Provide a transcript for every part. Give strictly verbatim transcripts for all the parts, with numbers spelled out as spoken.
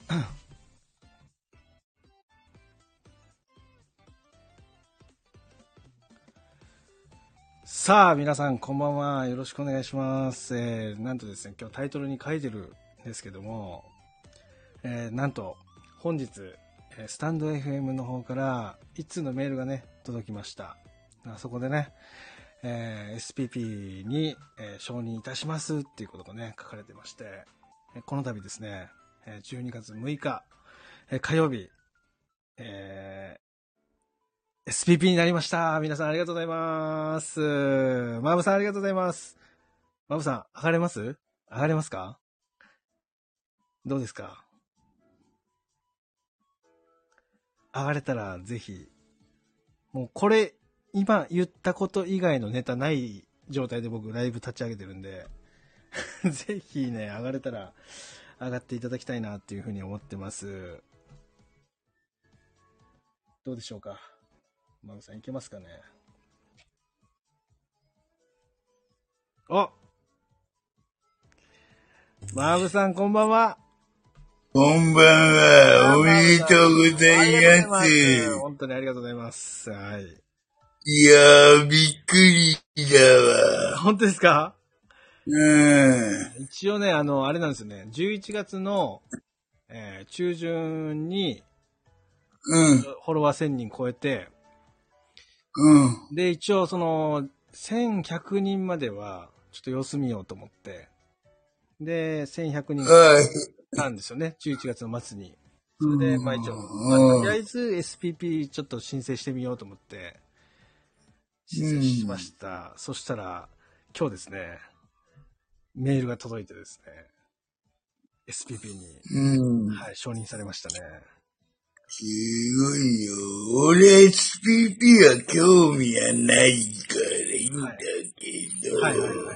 さあ、皆さん、こんばんは。よろしくお願いします。えー、なんとですね、今日タイトルに書いてるんですけども、えー、なんと、本日、えー、スタンド エフエム の方から一通のメールがね、届きました。あそこでね、えー、エスピーピー に、えー、承認いたしますっていうことがね、書かれてまして、えー、この度ですね、じゅうにがつむいか、えー、火曜日、えー、エスピーピー になりました。皆さんありがとうございます。マブさんありがとうございます。マブさん、上がれます上がれますか？どうですか？上がれたらぜひ、もうこれ、今言ったこと以外のネタない状態で僕ライブ立ち上げてるんで、ぜひね、上がれたら上がっていただきたいなっていうふうに思ってます。どうでしょうか？マブさんいけますかね？あ、マブさんこんばんは。 こんばんは。おめでとうございます。 本当にありがとうございます。はい。 いやー、びっくりだわ。 本当ですか？ うん。 一応ね、あの、あれなんですよね。じゅういちがつの、えー、中旬に、 うん。 フォロワーせんにん超えて、 うん。 で、一応その、せんひゃくにんまでは、ちょっと様子見ようと思って、で、せんひゃくにんなんですよね。じゅういちがつの末に。それで、まあ一応、まあ、とりあえず エスピーピー ちょっと申請してみようと思って、申請しました。そしたら、今日ですね、メールが届いてですね、エスピーピー に、 うん、 はい、承認されましたね。 すごいよ。俺 エスピーピー は興味はないからいいんだけど。 はい、はい、はいはいはい。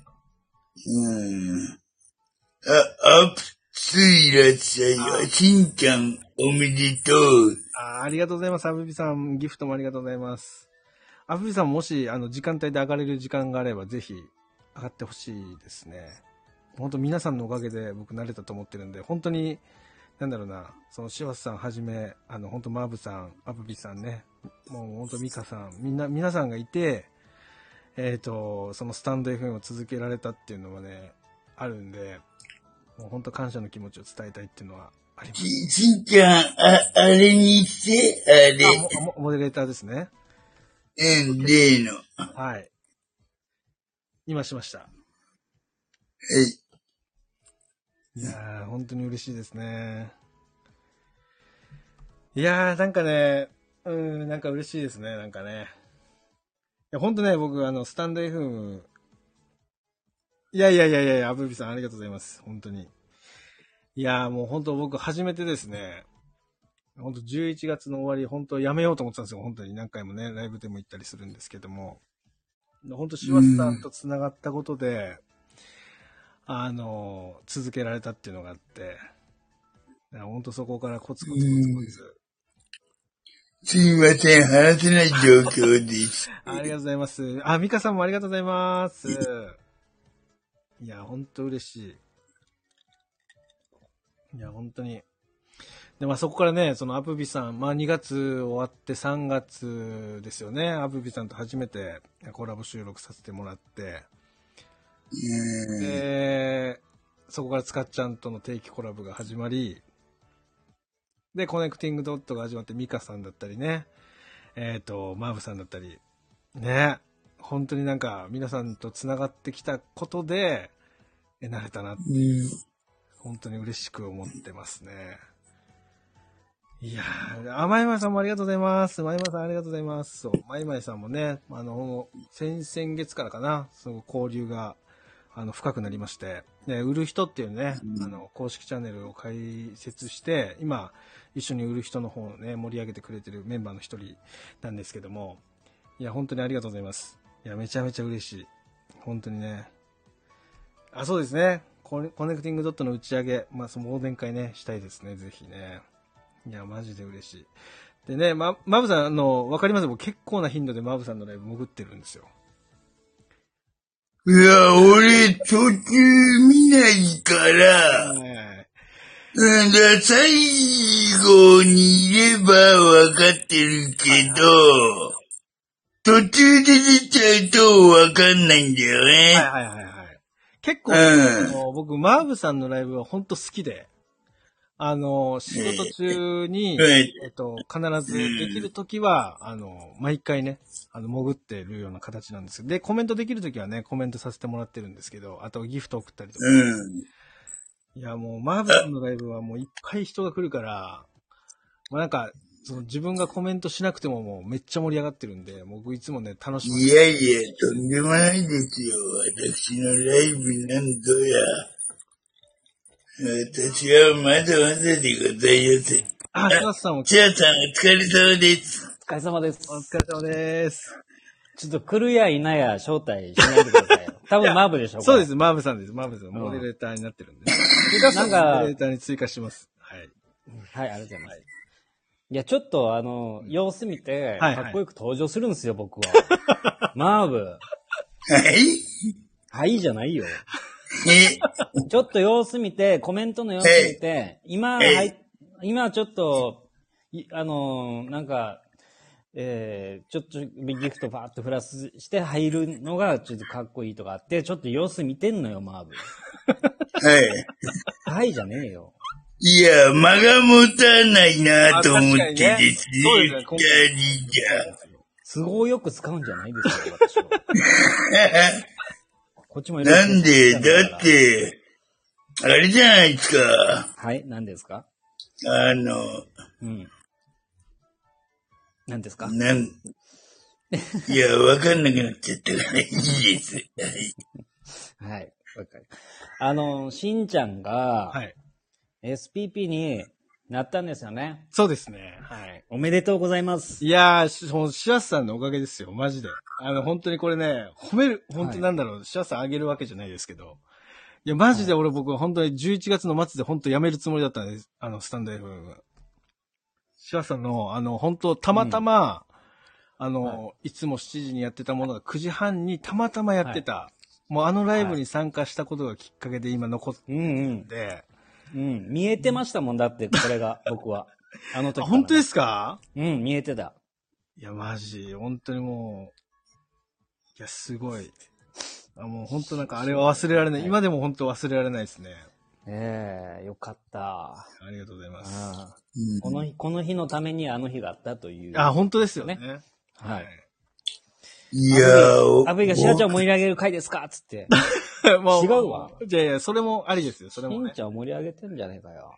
うん。あ、アップスイラちゃんよ。しんちゃん、おめでとう。 あ、ありがとうございます。アブビさん、ギフトもありがとうございます。アブビさんももし、あの、時間帯で上がれる時間があれば、ぜひ、上がってほしいですね。本当皆さんのおかげで僕慣れたと思ってるんで、本当に、なんだろうな、その、シワスさんはじめ、あの、本当マーブさん、アブビさんね、もう本当ミカさん、みんな、皆さんがいて、えっと、そのスタンド エフエム を続けられたっていうのはね、あるんで、もう本当感謝の気持ちを伝えたいっていうのはあります。 し、しんちゃん、あ、あれにして、あれ。 あ、モ、モデレーターですね。 うん、例の。 はい。今しました。はい。 いやー、本当に嬉しいですね。いやー、なんかね、うん、なんか嬉しいですね、なんかね。いや、本当ね、僕、あの、スタンド エフエム、いやいやいやいや、アブビさんありがとうございます。本当に。いやー、もう本当僕初めてですね、本当じゅういちがつの終わり、本当やめようと思ってたんですよ。本当に何回もね、ライブでも行ったりするんですけども。本当、シワスさんと繋がったことで、あの、続けられたっていうのがあって、本当そこからコツコツコツコツ。 すいません、話せない状況です。 ありがとうございます。あ、ミカさんもありがとうございます。いや、本当嬉しい。いや、本当に。で、まあそこからね、そのアプビさん、まあにがつ終わってさんがつですよね。アプビさんと初めてコラボ収録させてもらって、で、そこからつかっちゃんとの定期コラボが始まり、で、コネクティングドットが始まって、ミカさんだったりね、えっと、マーブさんだったり、ね、本当になんか皆さんと繋がってきたことで、え、慣れたなっていう、本当に嬉しく思ってますね。いやー、あ、まいまいさんもありがとうございます。まいまいさんありがとうございます。そう、まいまいさんもね、あの、先々月からかな、その交流が、あの、深くなりまして、ね、売る人っていうね、うん、あの、公式チャンネルを開設して、今、一緒に売る人の方をね、盛り上げてくれてるメンバーの一人なんですけども、いや、本当にありがとうございます。いや、めちゃめちゃ嬉しい。本当にね。あ、そうですね。コネクティングドットの打ち上げ、まあ、その忘年会ね、したいですね、ぜひね。いや、マジで嬉しい。でね、ま、マブさん、あの、わかります？僕結構な頻度でマブさんのライブ潜ってるんですよ。 いや、俺、途中見ないから。 うん、だ最後にいればわかってるけど、途中で出ちゃうとわかんないんだよね。 はいはいはいはい。結構、 うん、 僕、マーブさんのライブは本当好きで、あの、仕事中に、 はい、 えっと、必ずできるときは、あの、毎回ね、あの、潜ってるような形なんですけど、で、コメントできるときはね、コメントさせてもらってるんですけど、あとギフト送ったりとか。 うん。 いや、もう、マーブさんのライブはもういっぱい人が来るから、まあ、なんか、その自分がコメントしなくてももうめっちゃ盛り上がってるんで、僕いつもね、楽しみに。 いやいや、とんでもないですよ。私のライブなんぞや。私はまだまだでございます。 あ、シワスさんも。 シワさんお疲れ様です。 お疲れ様です。 お疲れ様です。 ちょっと来るやいなや招待しないでくださいよ。多分マーブでしょうか。 そうです、マーブさんです。マーブさん。モデレーターになってるんで。なんか、モデレーターに追加します。はい。 はい、ありがとうございます。はい、いや、ちょっとあの、様子見て、かっこよく登場するんですよ、僕は。マーブ。 はいはいじゃないよ。ちょっと様子見て、コメントの様子見て、今、はい、今ちょっと、あの、なんか、えー、ちょっとギフトバーっとプラスして入るのがちょっとかっこいいとかあって、ちょっと様子見てんのよ、マーブ。 はい。 はいじゃねえよ。 いや、間が持たないなと思ってですね。そうですね。二人じゃ。 都合よく使うんじゃないですよ、私は。こっちもいろいろ。 なんで、だって、あれじゃないですか。 はい、何ですか？ あの、 うん。何ですか？ なん、いや、わかんなくなっちゃったからいいです。はい。 はい、わかる。あの、しんちゃんが、はい。エスピーピー になったんですよね。 そうですね。はい。 おめでとうございます。 いやー、しらすさんのおかげですよ。マジで。あの、本当にこれね、褒める、本当なんだろう、しらすさんあげるわけじゃないですけど。いや、マジで俺僕は本当にじゅういちがつの末で本当辞めるつもりだったんです。あの、スタンド エフエム。しらすさんの、あの、本当たまたま、うん、あの、はい、いつもしちじにやってたものがくじはんにたまたまやってた。はい、もうあのライブに参加したことがきっかけで今残ってるんで、 はいうんうん、うん。見えてましたもんだって、これが、僕は。あの時、ね。 本当ですか？ うん、見えてた。 いや、マジ、本当にもう、いや、すごい。あもう本当なんかあれは忘れられない。今でも本当忘れられないですね。 ええー、よかった。 ありがとうございます。 あこの日、この日のためにあの日があったという、 ね。あ、本当ですよね。 はい。 いやー。 アブイがしらちゃんを盛り上げる回ですかつって。もう違うわ。 いやいや、それもありですよ。それも、 ね。しんちゃんを盛り上げてんじゃねえかよ。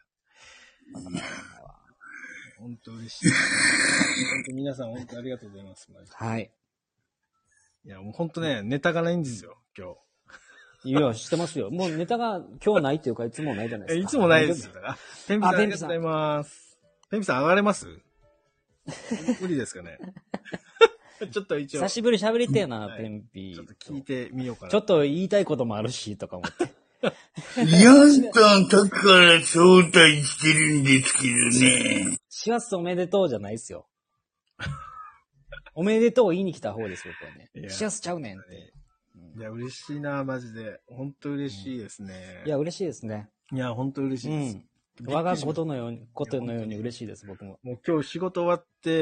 本当嬉しい。本当皆さん本当ありがとうございます。 はい。 いや、もう本当ね、ネタがないんですよ、今日。 いや、知ってますよ。もうネタが今日ないっていうか、いつもないじゃないですか。 いつもないですよ。ペンピさん、ありがとうございます。ペンピさん上がれます無理ですかね。ちょっと一応。 久しぶり喋りてえな、ペンピ。 ちょっと聞いてみようかな。 ちょっと言いたいこともあるし、とか思って。 ヤンタン時から招待してるんですけどね。 しがつおめでとうじゃないですよ。おめでとう言いに来た方です、僕はね。しがつちゃうねんって。 いや、嬉しいな、マジで。本当嬉しいですね。 いや、嬉しいですね。 いや、本当嬉しいです。 うん、我がことのように、ことのように嬉しいです、僕も。 もう今日仕事終わって、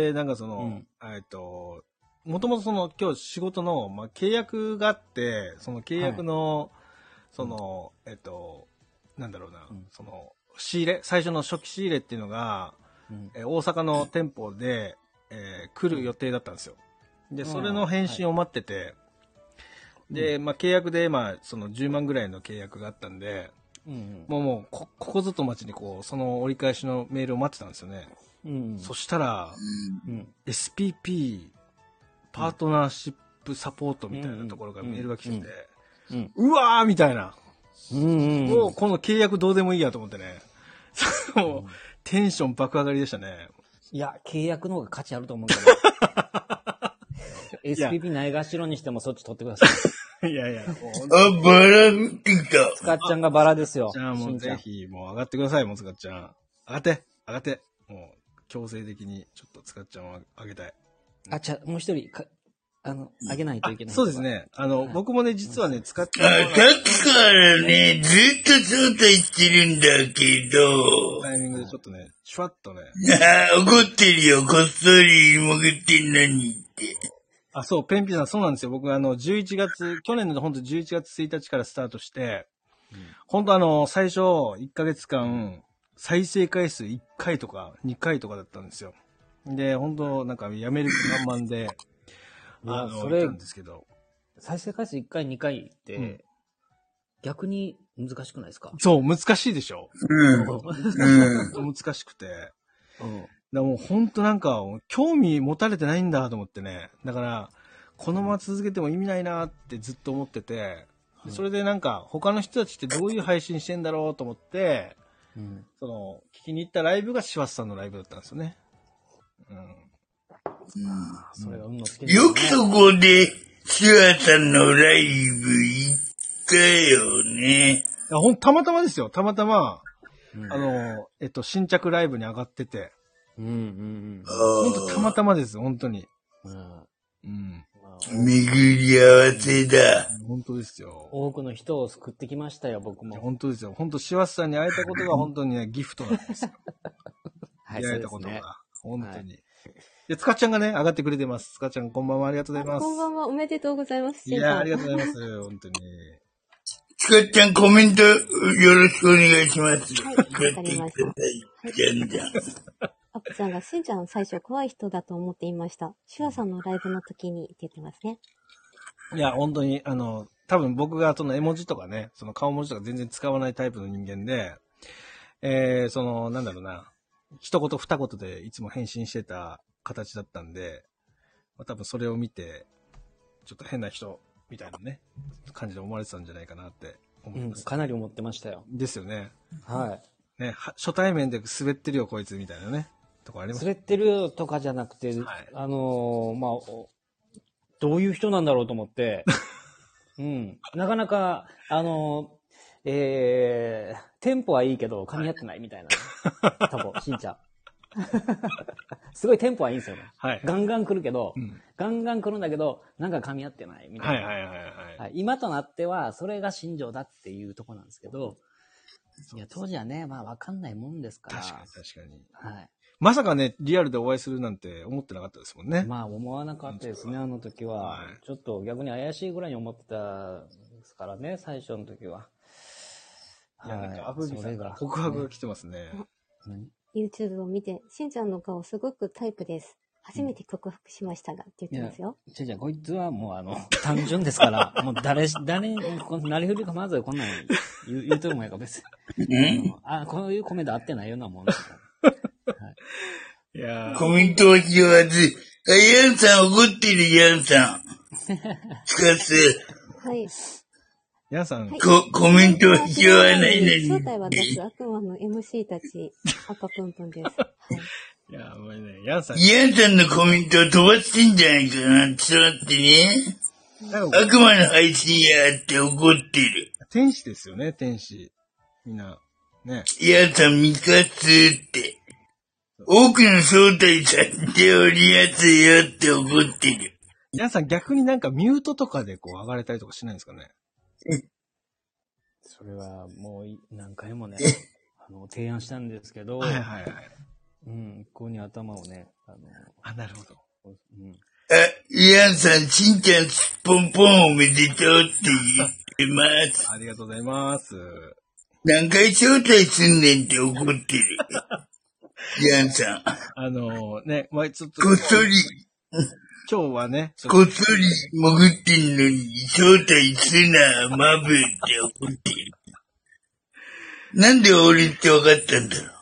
なんかその、えっと、もともとその今日仕事の、まあ、契約があって、その契約の、はい、その、えっと、なんだろうな、うん、その、仕入れ、最初の初期仕入れっていうのが、うん、え大阪の店舗で、えー、来る予定だったんですよ。で、それの返信を待ってて、うん、で、まあ、契約で、まあ、そのじゅうまんぐらいの契約があったんで、うん、もうもうこ、ここぞと待ちにこう、その折り返しのメールを待ってたんですよね。うん、そしたら、うん、エスピーピー、パートナーシップサポートみたいなところからメールが来てて、うんうんうん、うわーみたいな。うんうんうん、もうこの契約どうでもいいやと思ってね。もう、うん、テンション爆上がりでしたね。 いや、契約の方が価値あると思うけど。エスピーピー ないがしろにしてもそっち取ってください。いやいや。 あ、バラ見てきた。 つかっちゃんがバラですよ。 じゃあもうぜひ、もう上がってください、もうつかっちゃん。上がって、上がって。もう、強制的にちょっとつかっちゃんを上げたい。 あ、じゃあもう一人か、 あの、あげないといけない。 そうですね。あの、はい、僕もね、実はね、使ってあ、さっきからね、ずっと招待してるんだけど。 タイミングでちょっとね、シュワッとね。 ああ、怒ってるよ。こっそり潜ってんのにって。 あ、そう、ペンピさん、そうなんですよ。僕、あの、じゅういちがつ、去年のほんとじゅういちがつついたちからスタートして、うん、ほんとあの、最初、いっかげつかん、再生回数いっかいとかにかいとかだったんですよ。で、ほんと、なんか、やめる気満々で、 あの、それ、再生回数いっかい、にかいって、うん、逆に難しくないですか？ そう、難しいでしょ？ うん。 難しくて。うん。だもうほんとなんか、興味持たれてないんだと思ってね。だから、このまま続けても意味ないなってずっと思ってて、それでなんか、他の人たちってどういう配信してんだろうと思って、うん、その、聞きに行ったライブがシワスさんのライブだったんですよね。うん。 うん、 それが運の好き、 ね、よくそこで、シワさんのライブ行ったよね。 いや、ほん、たまたまですよ。たまたま、うん、あの、えっと、新着ライブに上がってて。 うんうんうん。 ほんとたまたまです、本当に。 うん。 うん。 巡り合わせだ。 本当ですよ。 多くの人を救ってきましたよ、僕も。 本当ですよ。本当、シワスさんに会えたことが本当にね、ギフトなんですよ。 はい、 出会えたことが。ね、本当に。はい、で、つかちゃんがね、上がってくれてます。つかちゃん、こんばんは、ありがとうございます。 こんばんは、おめでとうございます。 いや、ありがとうございます。本当に。 つかちゃん、コメントよろしくお願いします。 はい、わかりました。はい、 じゃんじゃん。 アップちゃんが、しんちゃん最初怖い人だと思っていました。シュワさんのライブの時にって言ってますね。 いや、本当に、あの、多分僕がその絵文字とかね、その顔文字とか全然使わないタイプの人間で、えー、その、なんだろうな、一言二言でいつも返信してた形だったんで、まあ、多分それを見て、ちょっと変な人みたいなね、感じで思われてたんじゃないかなって思います。 うん、かなり思ってましたよ。 ですよね。 はい。 ね、初対面で滑ってるよ、こいつみたいなね、とこあります。 滑ってるとかじゃなくて、はい、あのー、まあ、どういう人なんだろうと思って、うん。なかなか、あのー、えー、テンポはいいけど、噛み合ってないみたいな、ね。多分、しんちゃん。すごいテンポはいいんですよね。はい。ガンガン来るけど、うん、ガンガン来るんだけど、なんか噛み合ってないみたいな。 はいはいはいはい。 はい、今となっては、それが心情だっていうところなんですけど、いや、当時はね、まあわかんないもんですから。 確かに確かに。 はい。 まさかね、リアルでお会いするなんて思ってなかったですもんね。 まあ思わなかったですね、あの時は。はい、ちょっと逆に怪しいぐらいに思ってたですからね、最初の時は。 いや、なんか、アブビさんが告白が来てますね。 何 YouTube を見て、しんちゃんの顔すごくタイプです。初めて告白しましたが、って言ってますよ。 じゃじゃこいつはもうあの、単純ですから、もう誰、誰に、なりふりかまずこんなん言う、言うとるもんやから別に。あ、こういうコメント合ってないようなもんですから。はい、 いやコメントは拾わず、あ、ヤンさん怒ってるヤンさん。つかす。 はい。 ヤンさん、 はい、こ、コメントは拾わないのに。 正体は出す悪魔の エムシー たち、赤ぷんぷんです。はい。 いや、もうね、ヤンさん。 ヤンさんのコメントを飛ばしてんじゃないかな。ちょっと待ってね。悪魔の配信やって怒ってる。 天使ですよね、天使。みんな、ね。 ヤンさん味方って。多くの招待されておりやすよって怒ってる。 ヤンさん逆になんかミュートとかでこう上がれたりとかしないんですかね。 それはもう何回もね、あの、提案したんですけど、 はいはいはい。 うん、ここに頭をね、あの、 あ、なるほど。 うん、あ、ヤンさん、しんちゃん、ポンポンおめでとうって言ってます。 ありがとうございます。 何回招待すんねんって怒ってる。ヤンさん。 あのー、ね、まあ、ちょっと。 こっそり。 今日はね。 こっそり潜ってんのに、招待すな、マブって怒ってる。なんで俺って分かったんだろう。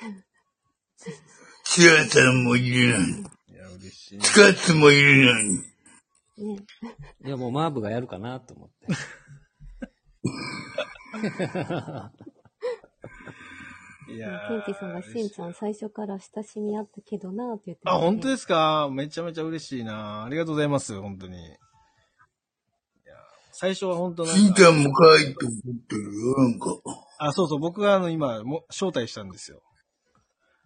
シュワさんもいるのに。いや、嬉しい。スカッツもいるのに。 ね、いや、もうマーブがやるかなと思って。 いやー。ケンキさんがしんちゃん最初から親しみあったけどなーって言ってます、ね。あ、本当ですか？めちゃめちゃ嬉しいな。ありがとうございます、本当に。いや最初は本当なんか。 しんちゃんも可愛いと思ってるよ、なんか。 あ、そうそう、僕があの今も招待したんですよ。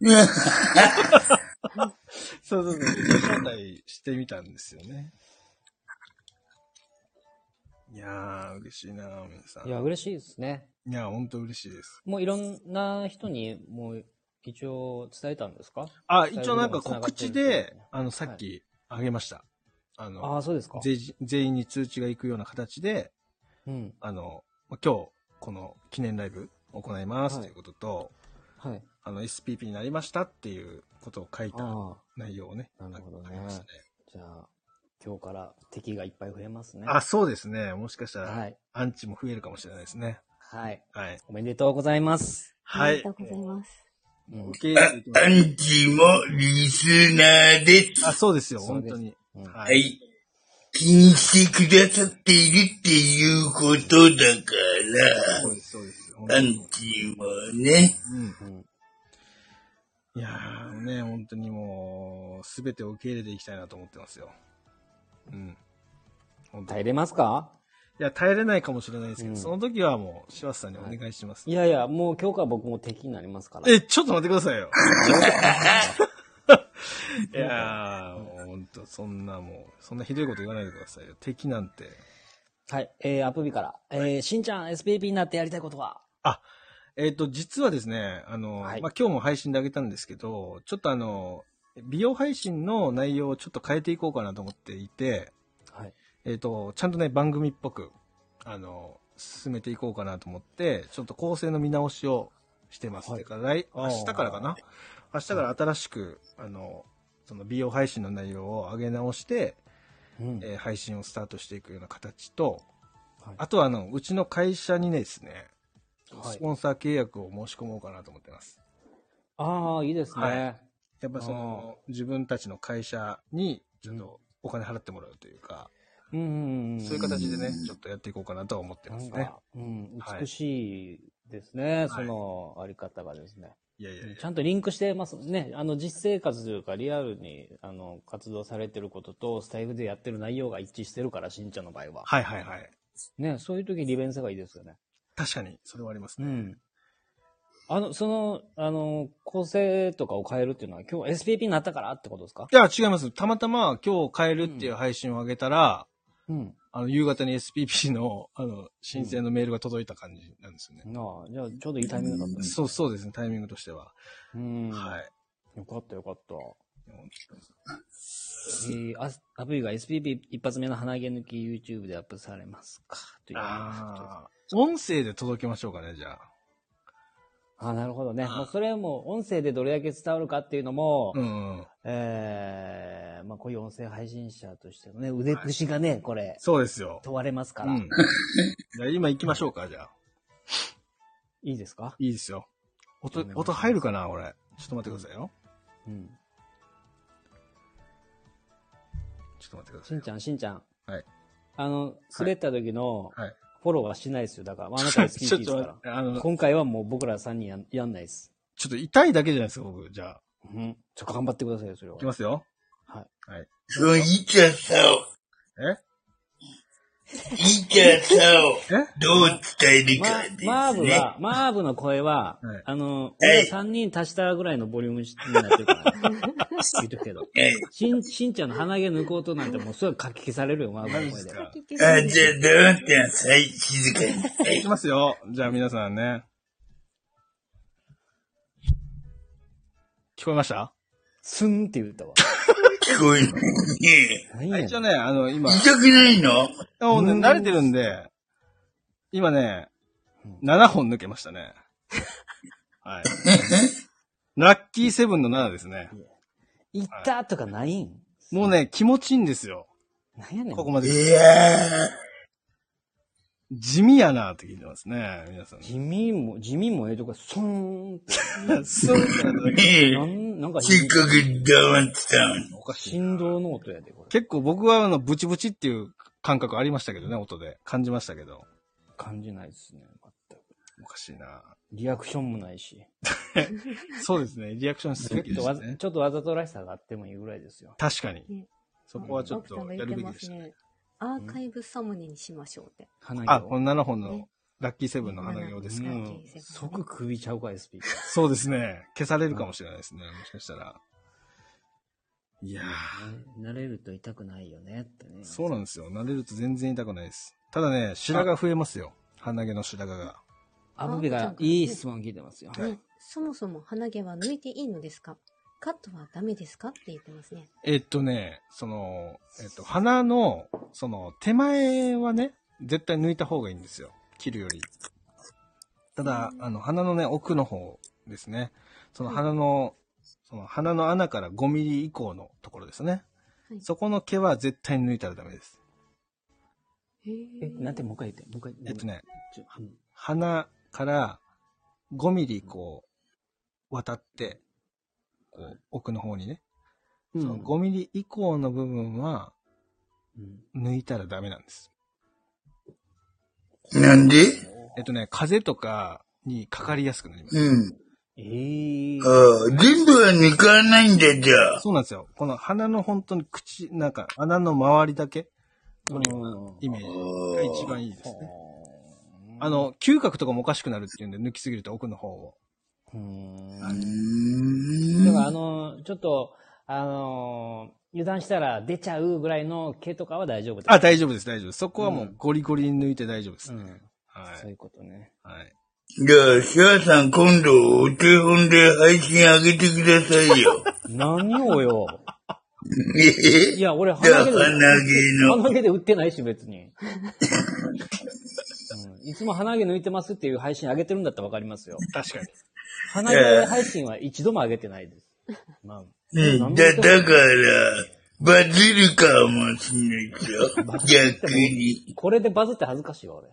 そうそうそう、招待してみたんですよね。 いやー、嬉しいな皆さん。 いや、嬉しいですね。 いや、ほんと嬉しいです。 もういろんな人に、もう、一応伝えたんですか？ あ、一応なんか告知で、あの、さっきあげました。あの、 ああ、そうですか。 全員に通知が行くような形で、 うん。 あの、今日、この記念ライブ行いますということと、 はい。 あの、エスピーピー になりましたっていうことを書いた内容をね。 なるほどね。 ねじゃあ、今日から敵がいっぱい増えますね。 あ、そうですね。もしかしたら、 はい、 アンチも増えるかもしれないですね。 はい。 はい。 おめでとうございます。 はい。 ありがとうございます。 うん、受け入れていきまアンチもリスナーです。 あ、そうですよ、本当に。 うん、はい。気にしてくださっているっていうことだから、そうです、そうです。アンチもね。うん。 いやーね、本当にもう、すべてを受け入れていきたいなと思ってますよ。うん。 耐えれますか？ いや、耐えれないかもしれないですけど、うん、その時はもう、柴田さんにお願いします、 ね。はい、いやいや、もう今日から僕も敵になりますから。 え、ちょっと待ってくださいよ。いやー、もう本当そんなもう、そんなひどいこと言わないでくださいよ。敵なんて。 はい、えー、アップビから。えー、しんちゃん エスピーピー になってやりたいことは？ あ、えっ、ー、と、実はですね、あの、はい、まあ、今日も配信であげたんですけど、ちょっとあの、美容配信の内容をちょっと変えていこうかなと思っていて、はい。えっ、ー、と、ちゃんとね、番組っぽく、あの、進めていこうかなと思って、ちょっと構成の見直しをしてます。はい、から来明日からかな明日から新しく、あの、その美容配信の内容を上げ直して、うんえー、配信をスタートしていくような形と、はい、あとはあの、うちの会社にですね、スポンサー契約を申し込もうかなと思ってます。 ああ、いいですね。はい、 やっぱその、自分たちの会社に、ちょっとお金払ってもらうというか、うん、そういう形でね、ちょっとやっていこうかなとは思ってますね。 うん、美しいですね、はい、そのあり方がですね。いやいやいやちゃんとリンクしてますね。あの、実生活というか、リアルに、あの、活動されてることと、スタイフでやってる内容が一致してるから、しんちゃんの場合は。 はいはいはい。 ね、そういう時に利便性がいいですよね。 確かに、それはありますね。うん。 あの、その、あの、構成とかを変えるっていうのは、今日 エスピーピー になったからってことですか？ いや、違います。たまたま今日変えるっていう配信を上げたら、うん。あの、夕方に エスピーピー の、あの、申請のメールが届いた感じなんですよね。 うん、ああ、じゃあ、ちょうどいいタイミングだったんですね。 そう、そうですね、タイミングとしては。 うん。はい。よかったよかった。えー、あ、アプリが エスピーピー 一発目の鼻毛抜き YouTube でアップされますかという。 ああ。音声で届けましょうかね、じゃあ。 あ、なるほどね。もうそれはもう音声でどれだけ伝わるかっていうのも、うんうん、えー、まあこういう音声配信者としてのね、腕っぷしがね、はい、これ。 そうですよ。 問われますから。うん、 じゃあ今行きましょうか、じゃあ。 いいですか？ いいですよ。音、音入るかな、俺。ちょっと待ってくださいよ。うん。ちょっと待ってください。 しんちゃん、しんちゃん。 はい。 あの、滑った時の、はい。はいフォローはしないですよ。だから、あなた エスピーピー ですから。あの今回はもう僕らさんにん や, やんないです。 ちょっと痛いだけじゃないですか、僕。じゃあ。 うん。ちょっと頑張ってくださいよ、それは。 いきますよ。 はい。 はい。そう、いいかさを。 えいいかさを。えどう伝えるかですね。 マーブは、マーブの声は、はい、あの、俺さんにん足したぐらいのボリュームになってるから。言うとくけど。しん、しんちゃんの鼻毛抜こうとなんてもうすごい書き消されるよ、マーブの声で。 あ、じゃあ、どうってなさい、静かに。 いきますよ。じゃあ皆さんね。聞こえました？ スンって言ったわ。 聞こえない。 一応ね、あの、今。 痛くないの？ もうね、慣れてるんで、今ね、ななほん抜けましたね。はい。ラッキーセブンのななですね。 いったとかないん？ もうね、気持ちいいんですよ。 なんやねん。 ここまで。 いやー。 地味やなって聞いてますね、皆さん。 地味も、地味もええとか、ソーンって。 スーンってなっただけ。なん、 なんか、せっかく黙ってたの。 おかしい。振動の音やで、これ。 結構僕はあの、ブチブチっていう感覚ありましたけどね、音で。感じましたけど。 感じないですね、全く。 おかしいな。 リアクションもないし。 そうですね、リアクションすべきですね。 ちょっとわざとらしさがあってもいいぐらいですよ。 確かに。そこはちょっとやるべきでしたね。 アーカイブサムネにしましょうって。 あ、このななほんのラッキーセブンの花行ですか。うん、 即首ちゃうか、エスピー。 そうですね。消されるかもしれないですね。もしかしたら。いやー。慣れると痛くないよねってね。 そうなんですよ。慣れると全然痛くないです。 ただね、白髪増えますよ。鼻毛の白髪が。 アブビがいい質問聞いてますよ。 ね、そもそも鼻毛は抜いていいのですか？カットはダメですかって言ってますね。 えっとね、その、えっと、鼻の、その、手前はね、絶対抜いた方がいいんですよ。切るより。ただ、あの、鼻のね、奥の方ですね。その鼻の、その鼻の穴からごミリ以降のところですね。 はい、 そこの毛は絶対抜いたらダメです。 へえ、なんてもう一回言って、もう一回。 えっとね、 ちょうん鼻からごミリこう、渡って、こう、奥の方にね。そのごミリ以降の部分は、抜いたらダメなんです。 なんで？ えっとね、風邪とかにかかりやすくなります。 うん。 ええー。 ああ、全部は抜かないんだ、じゃあ。 そうなんですよ。この鼻の本当に口、なんか穴の周りだけ取るようなイメージが一番いいですね。あの、嗅覚とかもおかしくなるっていうんで、抜きすぎると奥の方を。 うーん。 うーん。 だからあの、ちょっと、あの、油断したら出ちゃうぐらいの毛とかは大丈夫です。 あ、大丈夫です、大丈夫です。そこはもうゴリゴリに抜いて大丈夫ですね。 うん。 はい。 そういうことね。 はい。 じゃあ、シャアさん今度お手本で配信上げてくださいよ。 何をよ。 えいや、俺じゃあ、 鼻毛で、 鼻毛の。 鼻毛で売ってないし、別に。うん、いつも鼻毛抜いてますっていう配信上げてるんだったらわかりますよ。 確かに。 鼻毛配信は一度も上げてないです。まあ、 うん、だ、だから、バズるかもしんないですよ。逆に。 これでバズって恥ずかしいわ、俺。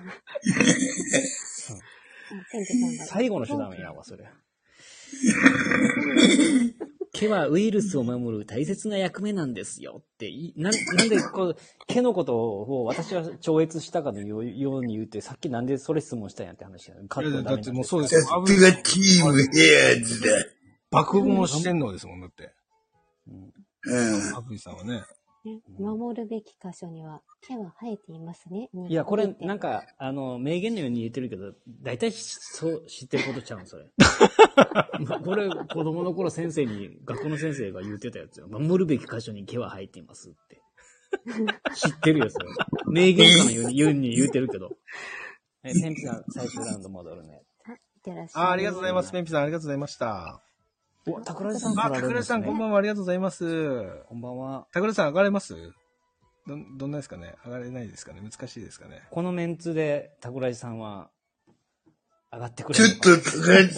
ん、 最後の手段やわ、それ。毛はウイルスを守る大切な役目なんですよってい、な、なんでこう、毛のことを私は超越したかのように言って、さっきなんでそれ質問したんやって話や。カットダメなんですか？ だってもうそうですよ。 さすがチームヘアーズだ。 爆問四天王ですもん、だって。 うん。 アブイさんはね。 ね、守るべき箇所には毛は生えていますね。 いや、これ、なんか、あの、名言のように言ってるけど、大体そう知ってることちゃうん、それ。これ、子供の頃先生に、学校の先生が言ってたやつよ。守るべき箇所に毛は生えていますって。知ってるよ、それ。名言かのように言うに言ってるけど。え、ペンピさん、最終ラウンド戻るね。 あ、いってらっしゃい。 あ、ありがとうございます。ペンピさん、ありがとうございました。 お、桜井さんあ、桜井さん、こんばんは、ありがとうございます。 こんばんは。 桜井さん、上がれます？ど、どんなですかね？上がれないですかね？難しいですかね？ このメンツで、桜井さんは、上がってくれるちょっと、高い。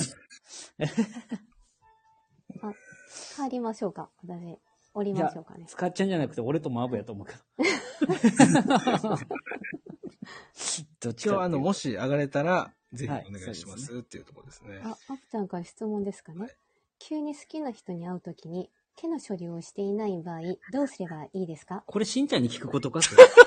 あ、帰りましょうか。私、降りましょうかね。 使っちゃうんじゃなくて、俺とマーブやと思うけど。どっちか。 今日、あの、もし上がれたら、ぜひお願いします、はい、っていうところですね。 あ、アプちゃんから質問ですかね。はい、急に好きな人に会うときに、毛の処理をしていない場合、どうすればいいですか？ これ、しんちゃんに聞くことか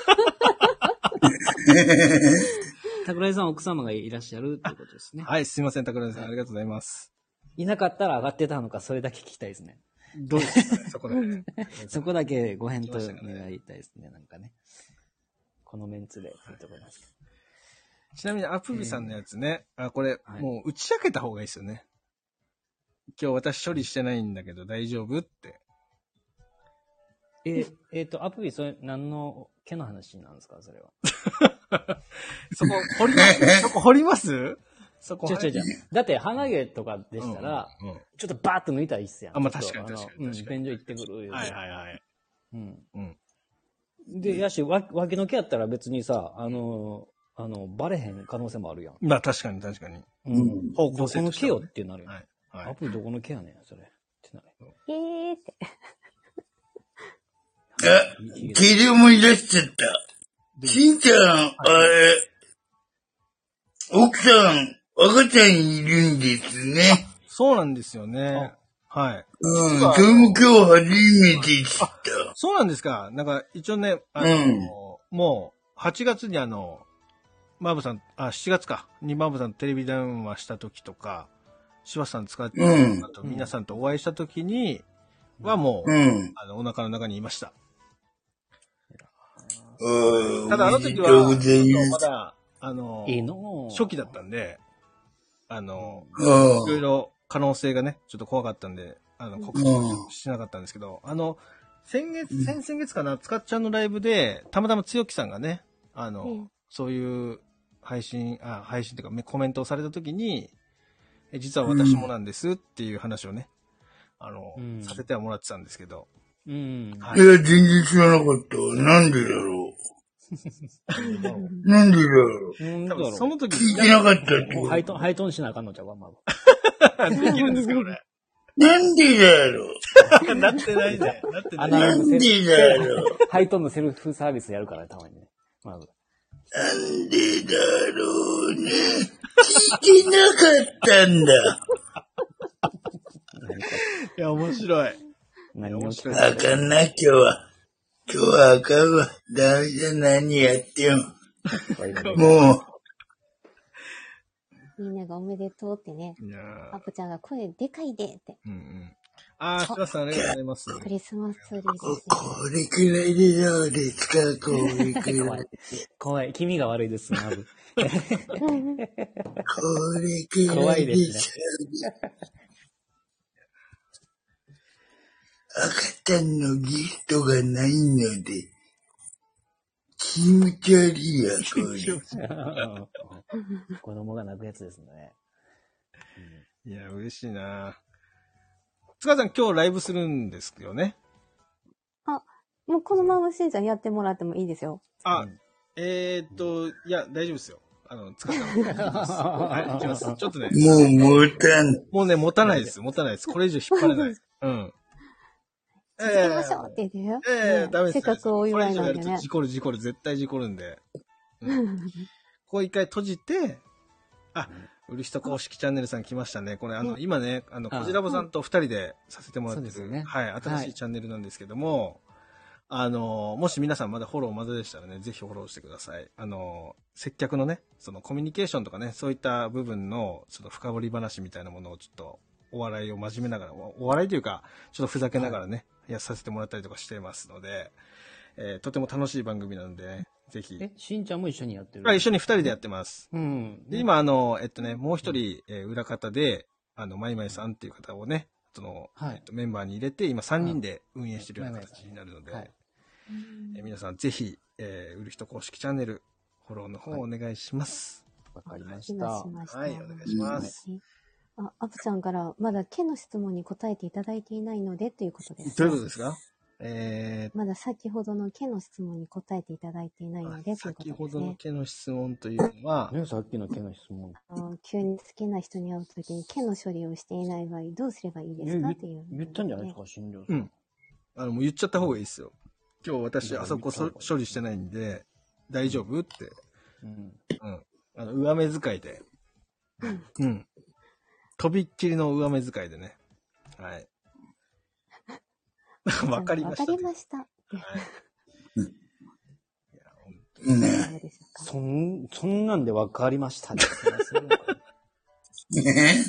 桜井さん、奥様がいらっしゃるってことですね。 はい、すいません、桜井さん、ありがとうございます。 いなかったら上がってたのか、それだけ聞きたいですね。 どうですかそこだけ。 そこだけご返答願いたいですね、なんかね。このメンツで、いいと思います。 ちなみに、アプビさんのやつね、えー、あ、これ、はい、もう打ち明けた方がいいですよね。今日私処理してないんだけど大丈夫って。 えー、えっ、ー、と、アプビ、それ、何の毛の話なんですか、それは。 そこ、掘りますそこ掘りますそこちょちょちょ。だって、鼻毛とかでしたら、うんうん、ちょっとバーッと抜いたらいいっすやん。 あ、まあ確かに確かに。 うん、便所行ってくる。 はいはいはい。 うん。うん。で、やし、わ、脇の毛やったら別にさ、あの、あの、バレへん可能性もあるやん。 まあ確かに確かに。 うん。どこの毛よってなるやん。はい。 はい、 アプリどこの毛やねん、それ。ってなる。 えーって。 あ、毛で思い出しちゃった。しんちゃん、あれ、奥さん、赤ちゃんいるんですね。 そうなんですよね。はい。 うん、それも今日初めて知った。 そうなんですか。なんか、一応ね、あの、うん、もう、はちがつにあの、マーブさん、あ、しちがつか、にマーブさんテレビ電話した時とか、柴さん使って、うん、あと皆さんとお会いした時にはもう、うん、あの、お腹の中にいました。 うん、 ただあの時は、まだ、あの、いいの初期だったんで、あの、いろいろ可能性がね、ちょっと怖かったんで、あの、告知しなかったんですけど、あの、先月、先々月かな、つかっちゃんのライブで、たまたまつよきさんがね、 あの、 ええそういう配信、あ、配信っていうかコメントをされた時に、え実は私もなんですっていう話をね、あの、 うん、 させてはもらってたんですけど。 うん。 はい、 いや、全然知らなかった。なんでだろう。なんでだろう。 なんだろう。 その時聞いてなかったって。 ハイトン、ハイトンしなあかんのちゃうか、まあ。できるんですか、これ。 なんでだろう。なってないね。なってなう。なんでだろう。 ハイトンのセルフサービスやるから、たまにね。まず。 なんでだろうね。聞いてなかったんだ。 いや、面白い。 何を聞あかんな、今日は。今日はあかんわ。ダメだ、何やっても。もう。 みんながおめでとうってね。 いやアプちゃんが声でかいでって。 うんうん。あー、白さんありがとうございます。 クリスマスツリーですね。 これくらいでどうですか、これくらい。 怖い。気味が悪いです、まず。 これくら怖いいでですね。 赤ちゃんのギフトがないので、気持ち悪いや、これ。子供が泣くやつですね。 いや、嬉しいな。塚さん、今日ライブするんですよね。 あ、もうこのまましんちゃんやってもらってもいいですよ。 あ、えー、っと、いや、大丈夫ですよ。あの、塚さん。はい、行きます。ちょっとね。 もう持たん。 もうね、持たないです。持たないです。これ以上引っ張れない。うん。 続けましょうって言ってよ。 ええー、ダメです。 せっかくお祝いなんでね。 事故る、事故る、絶対事故るんで。うん、こう一回閉じて、あ、うるひと公式チャンネルさん来ましたね。これ、あの、今ね、あの、こじらぼさんと二人でさせてもらってる、ね、はい、新しいチャンネルなんですけども、はい、あの、もし皆さんまだフォローまだでしたらね、ぜひフォローしてください。あの、接客のね、そのコミュニケーションとかね、そういった部分の、ちょっと深掘り話みたいなものをちょっと、お笑いを真面目ながら、お笑いというか、ちょっとふざけながらね、はい、やさせてもらったりとかしてますので、えー、とても楽しい番組なので、ね、ぜひ。 え、しんちゃんも一緒にやってる？ あ、一緒に二人でやってます。 うん。 で、今、あの、えっとね、もう一人、えー、裏方で、あの、まいまいさんっていう方をね、その、はい、えっと、メンバーに入れて、今三人で運営しているような形になるので、はい、えー、皆さんぜひ、えー、うるひと公式チャンネル、フォローの方をお願いします。 わ、はい、かりました。 はい、お願いします。 あ、アプちゃんからまだ毛の質問に答えていただいていないのでということです。 どういうことですか？えー、まだ先ほどの毛の質問に答えていただいていないのでということですね。 先ほどの毛の質問というのは、 ね、さっきの毛の質問。 急に好きな人に会うときに毛の処理をしていない場合どうすればいいですかっていう、ね。 言ったんじゃないですか、診療所。うん。あの、もう言っちゃった方がいいですよ。今日私あそこそ処理してないんで、大丈夫って。うん。うん。あの、上目遣いで。うん。とびっきりの上目遣いでね。はい。わかりました、ね。 わかりました。はい。 いや、本当にね。そん、そんなんでわかりましたね。 ね。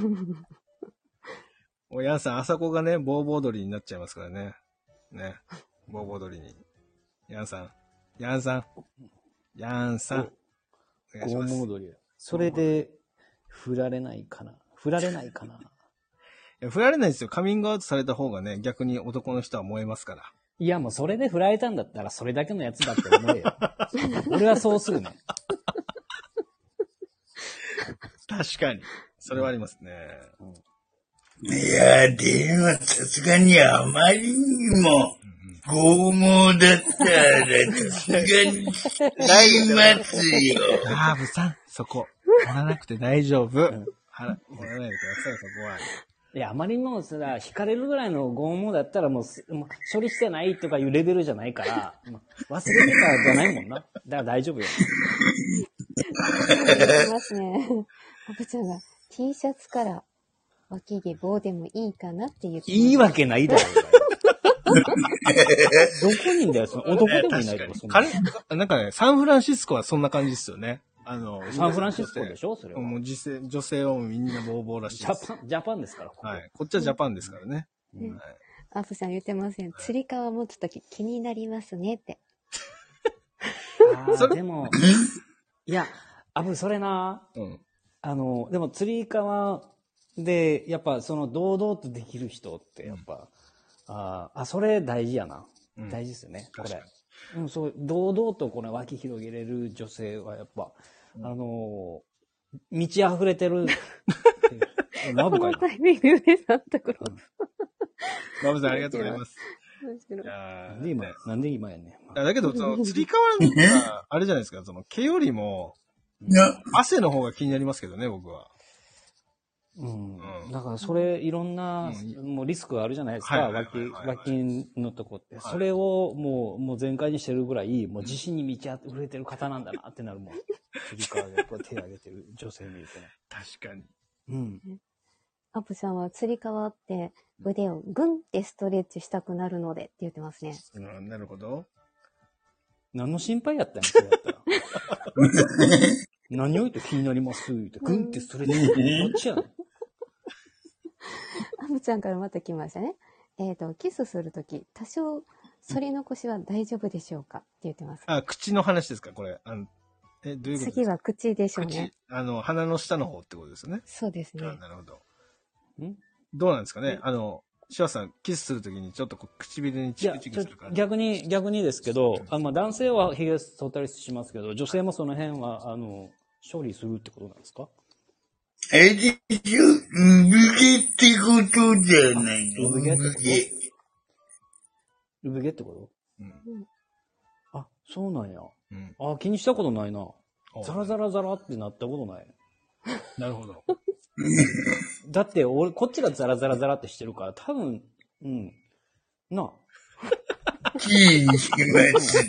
もうヤンさん、あそこがね、ボーボー鳥になっちゃいますからね。ね。ボーボー鳥に。ヤンさん。ヤンさん。ヤンさん。 お願いします。ボーボー鳥。それで、振られないかな。振られないかな。いや、振られないですよ。カミングアウトされた方がね、逆に男の人は燃えますから。 いや、もうそれで振られたんだったら、それだけのやつだって思えよ。俺はそうするね。 確かに。それはありますね。 うん、いや、でもさすがにあまりにも、拷問だったら、さすがに、ないますよ。 ハーブさん、そこ。掘らなくて大丈夫。うん、掘らないでください、そこは。 いや、あまりにもさ、惹かれるぐらいの拷問だったらもう、もう処理してないとかいうレベルじゃないから、忘れてたじゃないもんな。だから大丈夫よ。 いますね。アブちゃんが T シャツから脇毛棒でもいいかなって言って。 いいわけないだろ。どこにいんだよ、その男でもいないだろ、そんな。 なんかね、サンフランシスコはそんな感じですよね。あの、 サンフランシスコでしょそれは。 もう女性、女性はみんなボーボーらしいです。ジャパン、ジャパンですから。ここはい。こっちはジャパンですからね。 うん、はい、アプさん言ってません。釣り革持つとき気になりますねって。 ああ、でも、いや、アブそれな、うん、あの、でも釣り革で、やっぱその堂々とできる人ってやっぱ、うん、ああ、それ大事やな。うん、大事ですよね、これ。 うん、そう、堂々とこの脇広げれる女性はやっぱ、うん、あのー、満ち溢れてる。マブかいな。 このタイミングでサンタクロース。 マブさんありがとうございます。 いやなんで今、なんで今やねん。 だけど、その、釣り革は、あれじゃないですか、その、毛よりも、汗の方が気になりますけどね、僕は。 うん。うん、だからそれ、いろんな、うん、もうリスクがあるじゃないですか、脇、脇のとこって。はい、それをもう、もう全開にしてるぐらい、もう自信に満ち溢れてる方なんだなってなるもん。釣り革でこう手を挙げてる女性見るとね。 確かに。 うん。 アップさんは釣り革って腕をグンってストレッチしたくなるのでって言ってますね。 うん、なるほど。 何の心配やったんそうやったら。何を言って気になりますって、グンってストレッチ。どっちやねん。 アムちゃんからまた来ましたね。えっ、ー、と、キスするとき、多少、反り残しは大丈夫でしょうかって言ってます。 あ、口の話ですかこれ。あのえ、どういうことですか？ 次は口でしょうね。 口。あの、鼻の下の方ってことですね。 そうですね。 あ、なるほど。んどうなんですかねあの、シワさん、キスするときにちょっとこう唇にチクチクする感じ。 逆に、逆にですけど、あまあ、男性は髭剃ったりしますけど、女性もその辺は、あの、処理するってことなんですか？ え、でしょ、産毛ってことじゃないの？ 産毛ってこと産毛ってこと、うん、あ、そうなんや。うん、あ、気にしたことないな。ザラザラザラってなったことない。 なるほど。 だって、俺、こっちがザラザラザラってしてるから、多分、うん。なあ。 キーにしますって。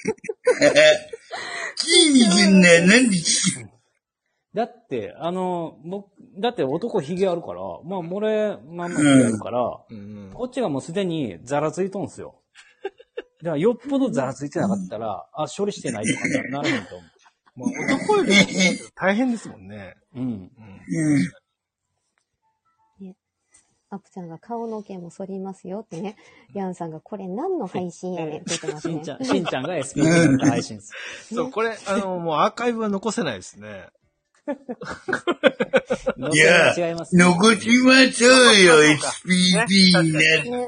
キーにすんなよ、なんでキーだって、あの、僕、だって男ヒゲあるから、まあ、俺、まあまあヒゲあるから、うん、こっちがもうすでにザラついとんすよ。だから、よっぽどザラついてなかったら、あ、処理してないとかならへんと思う。 まあ、男より大変ですもんね。 うん。うん。 ね、アップちゃんが顔の毛も剃りますよってね。ヤンさんがこれ何の配信やねんって言ってますね。 しんちゃん、しんちゃんが エスピーピー の配信です。 そう、これ、あの、もうアーカイブは残せないですね。 いや、ね、残しましょうよ、エスピーピー になって、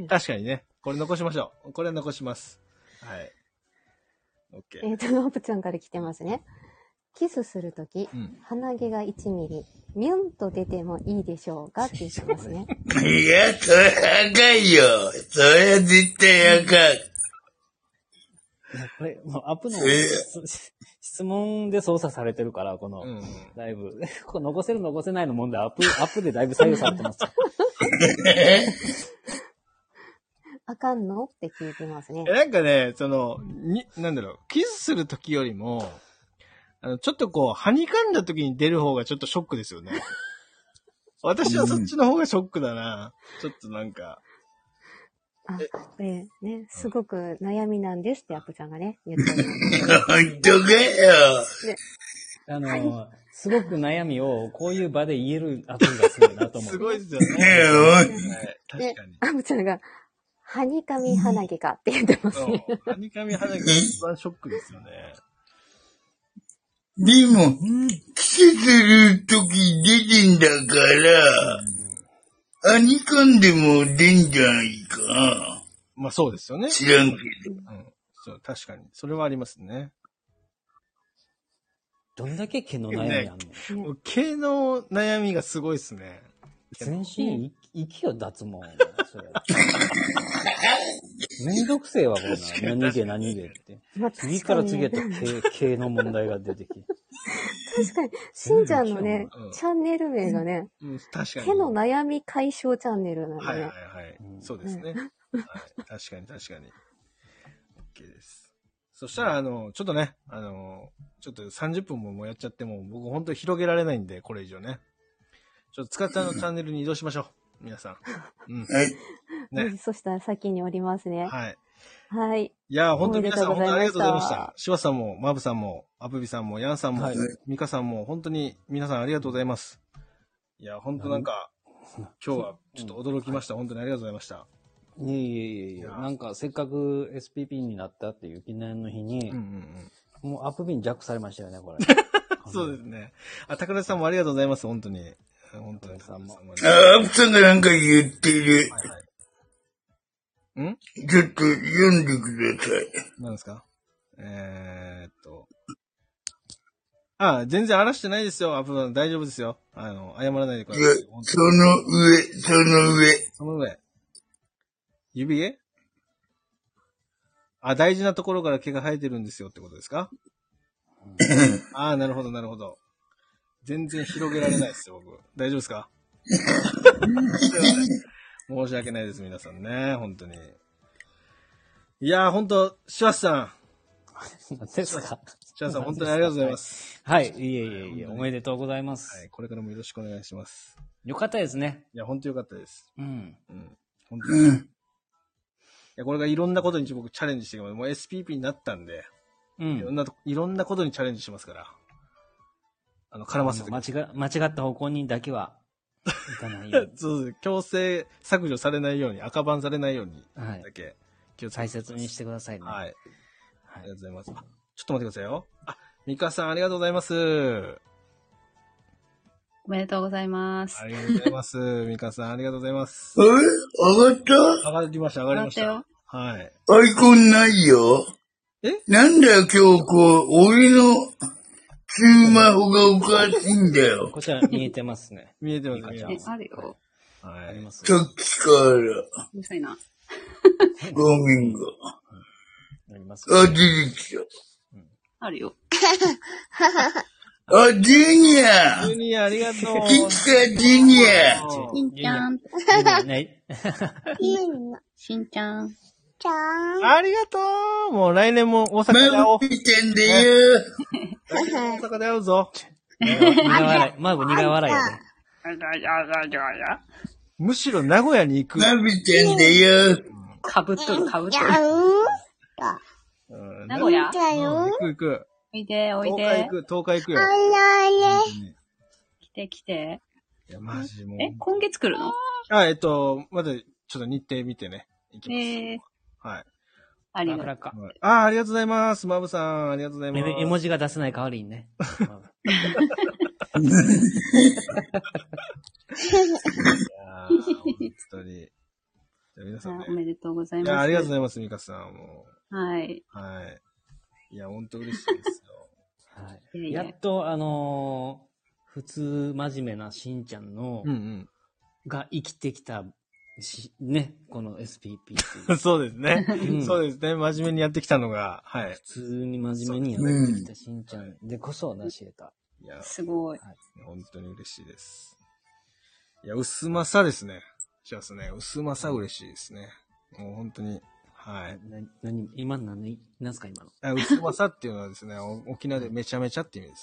ね。確かにね。これ残しましょう。これは残します。はい。 えっ、ー、と、ノープちゃんから来てますね。キスするとき、うん、鼻毛がいちミリ、ミュンと出てもいいでしょうかって言ってますね。 いや、それ赤いよ。それは絶対赤い。 いや、これ、もうアップの質問で操作されてるから、この、うん、だいぶ、こ残せる残せないの問題、アップ、アップでだいぶ左右されてます。 あかんのって聞いてますね。 なんかね、その、に、なんだろう、キスするときよりも、あの、ちょっとこう、はにかんだときに出る方がちょっとショックですよね。私はそっちの方がショックだな。ちょっとなんか。 あ、えー、ね、すごく悩みなんですって、アップちゃんがね、言ってる。 本当かよ。 ね、あの、はい、すごく悩みをこういう場で言えるアプリがすごいなと思う。 すごいですよね。確かに。 アップちゃんが、はにかみ鼻毛かって言ってますね。 はにかみ鼻毛が一番ショックですよね。 でも、キスするとき出てんだから、はにかんでも出んじゃないか。 まあそうですよね。 知らんけど。うん。 そう、確かに。それはありますね。 どんだけ毛の悩みあんの、 ね、毛の悩みがすごいですね。 全身生きよ脱毛。それめんどくせえわ、こんな。何毛何毛って。次から次へと毛、毛の問題が出てきて。 確かに、しんちゃんのね、うん、チャンネル名がね、 うん、確かに毛の悩み解消チャンネルなんでね。 はいはいはい。うん、そうですね、はい。確かに確かに。OK です。そしたら、あの、ちょっとね、あの、ちょっとさんじゅっぷんももうやっちゃっても、僕本当に広げられないんで、これ以上ね。ちょっと使ったのチャンネルに移動しましょう。皆さん。うん。 はい。 ね。そしたら先におりますね。 はい。 はい。 いや、本当に皆さん本当にありがとうございました。シワさんも、マブさんも、アプビさんも、ヤンさんも、はい、ミカさんも、本当に皆さんありがとうございます。いや、本当なんか、今日はちょっと驚きました。うん、本当にありがとうございました。 いえいえいえいえ。なんか、せっかく エスピーピー になったっていう記念の日に、うんうんうん、もうアプビにジャックされましたよね、これ。 そうですね。あ、高田さんもありがとうございます、本当に。本当にさんも。 あ、アプさんがなんか言ってる。はいはい。 んちょっと読んでください。 何ですか？えーっと。あ、全然荒らしてないですよ。アップダ大丈夫ですよ。あの、謝らないでください。 いや、その上、その上。 その上。指毛？あ、大事なところから毛が生えてるんですよってことですか？ああ、なるほど、なるほど。全然広げられないですよ、僕。大丈夫ですか？申し訳ないです、皆さんね。本当に。いやー、本当シュワスさん。 何ですか？ シュワスさん、本当にありがとうございます。 はい。はい、いえいえいえ、おめでとうございます。 はい、これからもよろしくお願いします。 よかったですね。 いや、本当よかったです。 うん。 うん。本当に。うん、いや、これがいろんなことに僕チャレンジしていくので、もう エスピーピー になったんで、うん。いろんな、いろんなことにチャレンジしますから。あの、絡ませて間違、間違った方向にだけは、いかないように。 そうです。強制削除されないように、赤バンされないように、だけ気をつけて。大切にしてくださいね。 はい。ありがとうございます。ちょっと待ってくださいよ。あ、ミカさんありがとうございます。 おめでとうございます。 ありがとうございます。ミカさんありがとうございます。 え上がった上がりました、上がりました。 上がったよ。はい。 アイコンないよ。 えなんだよ今日こう、俺のスマホがおかしいんだよ。 こちら見えてますね。 見えてます、見えてます。 あるよ。 はい。あります。 さっきから。うるさいな。 画面が。 あります。 あ、出てきた。 あるよ。 あ、ジュニアジュニアありがとう。 来た、ジュニアしんちゃん。しんちゃん。 ちゃん。 ありがとう。もう来年も大阪で会おう。 マブ見てんだよ。 大阪で会うぞ。 苦笑い。マブ苦笑いやで。 むしろ名古屋に行く。 マブちゃんだよ。 かぶっとる、かぶっとる。名古屋行く行く。 おいで、おいで。 東海行く、東海行くよ。 来て来て。 いや、マジもう。 え、今月来るの？ あ、えっと、まだちょっと日程見てね。行きます。 えー、 はい。 ありがとう。 あ、ありがとうございます。マブさん、ありがとうございます。 絵文字が出せない代わりにね。いやー、本当に。じゃあ皆さんね。 おめでとうございます。 いや、ありがとうございます、ミカさん。もう。はい。 はい。いや、本当嬉しいですよ。 はい。やっと、あのー、普通真面目なしんちゃんの、うんうん、が生きてきたし、ね、この エスピーピー っていう。 そうですね、うん。そうですね。真面目にやってきたのが、はい。 普通に真面目にやってきたしんちゃんでこそ成し得た。 いや、 すごい。 はい、本当に嬉しいです。いや、薄まさですね。しますね。薄まさ嬉しいですね。もう本当に。はい。 な、なに、今何、何すか今の。 あ、薄まさっていうのはですね、沖縄でめちゃめちゃって意味です。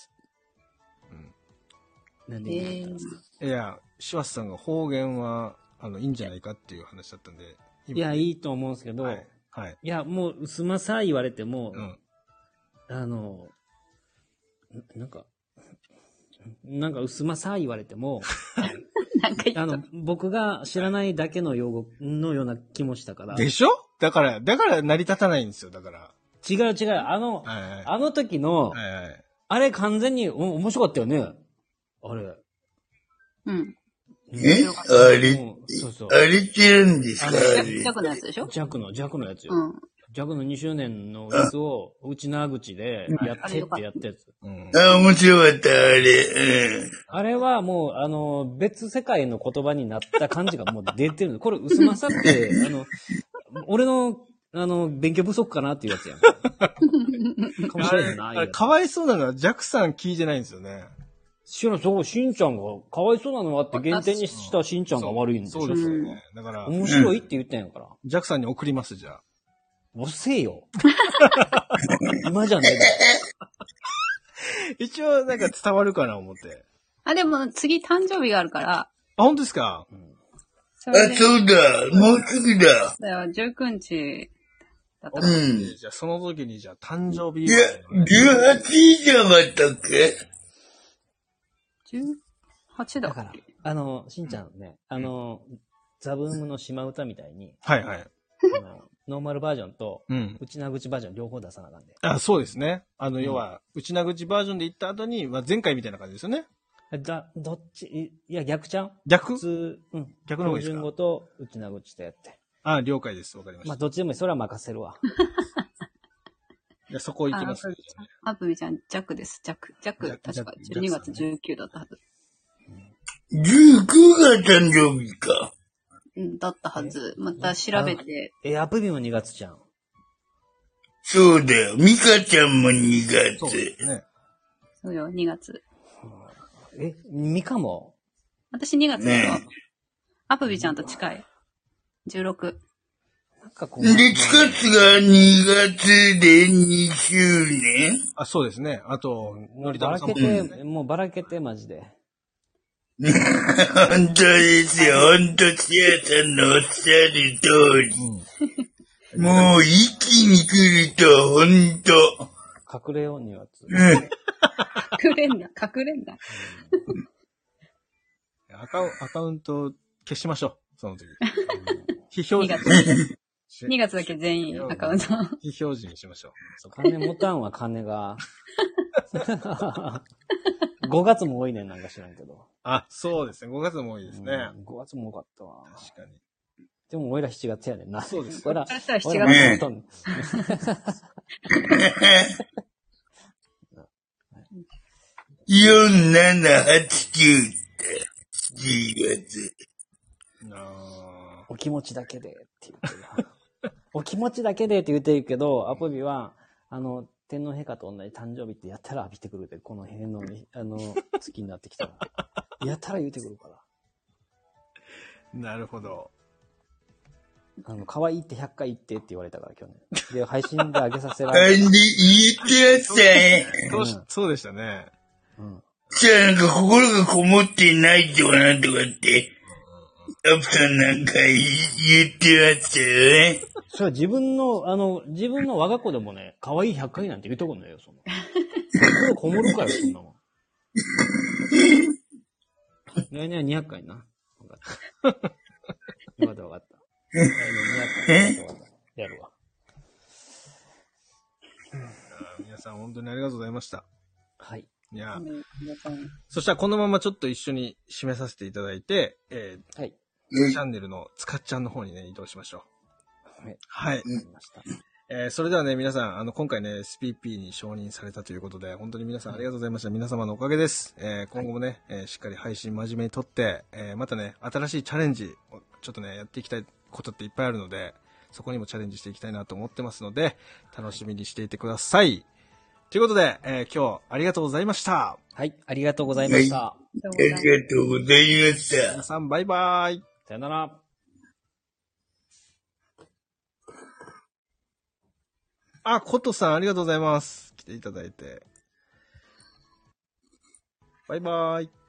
うん。なんで言ったんですか？ いや、シュワスさんが方言は、あの、いいんじゃないかっていう話だったんで。 いや、いいと思うんですけど、はい。はい、いや、もう、薄まさ言われても、うん、あの、な、なんか、なんか薄まさ言われても、なんかあの、僕が知らないだけの用語のような気もしたから。 でしょ？だから、だから成り立たないんですよ、だから。 違う違う、あの、はいはい、あの時の、はいはい、あれ完全に、お、面白かったよね。あれ。 うん。 えあれ、そうそう。あれって言うんですか？ 弱のやつでしょ？ 弱の、弱のやつよ。うん。弱のにしゅうねんのやつを、内縄口でやってってやったやつ。 うん、あ、面白かった、あれ。うん。 あれはもう、あの、別世界の言葉になった感じがもう出てる。これ、薄まさって、あの、俺の、あの、勉強不足かなっていうやつやん。かもしれんな。 あれ、かわいそうなのは、ジャクさん聞いてないんですよね。 しら、そう、しんちゃんが、かわいそうなのはって限定にしたしんちゃんが悪いんでしょ。 そうですよね。だから。 面白いって言ったんやから。 ジャクさんに送ります、じゃあ。 遅えよ。今じゃねえだ。 一応、なんか伝わるかな、思って。 あ、でも、次誕生日があるから。 あ、本当ですか？ うん、あ、そうだ。もうすぐだ。 だよ、じゅうくにちだったから。うん。じゃあ、その時に、じゃあ、誕生日。 いや、じゅうはちじゃなかったっけ？ じゅうはちだから。あの、しんちゃんね、あの、ザブームの島歌みたいに。 はいはい。 あのノーマルバージョンと、うん、内名口バージョン両方出さなあかんで。 あ、そうですね。あの、要は、うん、内名口バージョンで行った後に、まあ、前回みたいな感じですよね。 だ、どっち、いや、逆ちゃん逆普通、うん。 逆の方がいいですか？ 標準語と内名口とやって。 あ、了解です。わかりました。 まあ、どっちでもいい。それは任せるわ。 じゃあそこ行きます。 アプリちゃん、ジャックです。ジャック。ジャック、確かじゅうにがつじゅうくだったはず。 じゅうくが誕生日か。 うん、だったはず。また調べて。 え、アプリもにがつじゃん。 そうだよ。ミカちゃんもにがつ。 そうですね。 そうよ、にがつ。 え、ミカも私にがつだよ。 ねアプリちゃんと近い。じゅうろく。 なんかこう。 で、つかつがにがつでにしゅうねんあ、そうですね。あと、のりたばらまさんけも。 て、もうばらけて、マジで。 本当ですよ。本当、シアさんのおっしゃる通り。うん、もう一気に来ると、本当。 隠れよう、にがつ。 隠れんな、隠れんな。 アカウアカウント消しましょう、その時。非表示。 にがつだけ全員アカウント。 非表示にしましょう。 金持たんは金が。ごがつも多いねんなんか知らんけど。 あ、そうですね。ごがつも多いですね。 うん、ごがつも多かったわ。 確かに。 でも、おいらしちがつやねんな。 そうです。 おいら、 おいらしちがつ。 よん、なな、はち、きゅうって、じゅうがつ。 お気持ちだけでって言ってる。お気持ちだけでって言ってるけど、アポビは、あの、天皇陛下と同じ誕生日ってやったら浴びてくるで、この辺の、あの、月になってきたら。やったら言ってくるから。 なるほど。 あの、可愛いってひゃっかい言ってって言われたから、去年。で、配信で上げさせられた。言ってましたね。 そう、そうでしたね。 うん。 じゃあなんか心がこもってないとかなんとかって、アプさんなんか言ってましたよね。 それは自分の、あの、自分の我が子でもね、可愛いひゃっかいなんて言うとこないよ、そんな。心こもるかよ、そんなもん。来年はにひゃっかいな。分かった。分かった分かった。来年にひゃっかい分かった。やるわ。 皆さん本当にありがとうございました。 はい。 いや、 うん、 そしたらこのままちょっと一緒に締めさせていただいて、えー、 はい。 チャンネルのつかっちゃんの方にね、移動しましょう。 はい。 はい。 わかりました。 えー、それではね、皆さん、あの、今回ね、エスピーピー に承認されたということで、本当に皆さんありがとうございました。皆様のおかげです。えー、今後もね、はい、えー、しっかり配信真面目にとって、えー、またね、新しいチャレンジをちょっとね、やっていきたいことっていっぱいあるので、そこにもチャレンジしていきたいなと思ってますので、楽しみにしていてください。ということで、えー、今日ありがとうございました。 はい、ありがとうございました。 はい、ありがとうございました。 皆さん、バイバイ。 さよなら。 あ、コトさんありがとうございます。来ていただいて。バイバイ。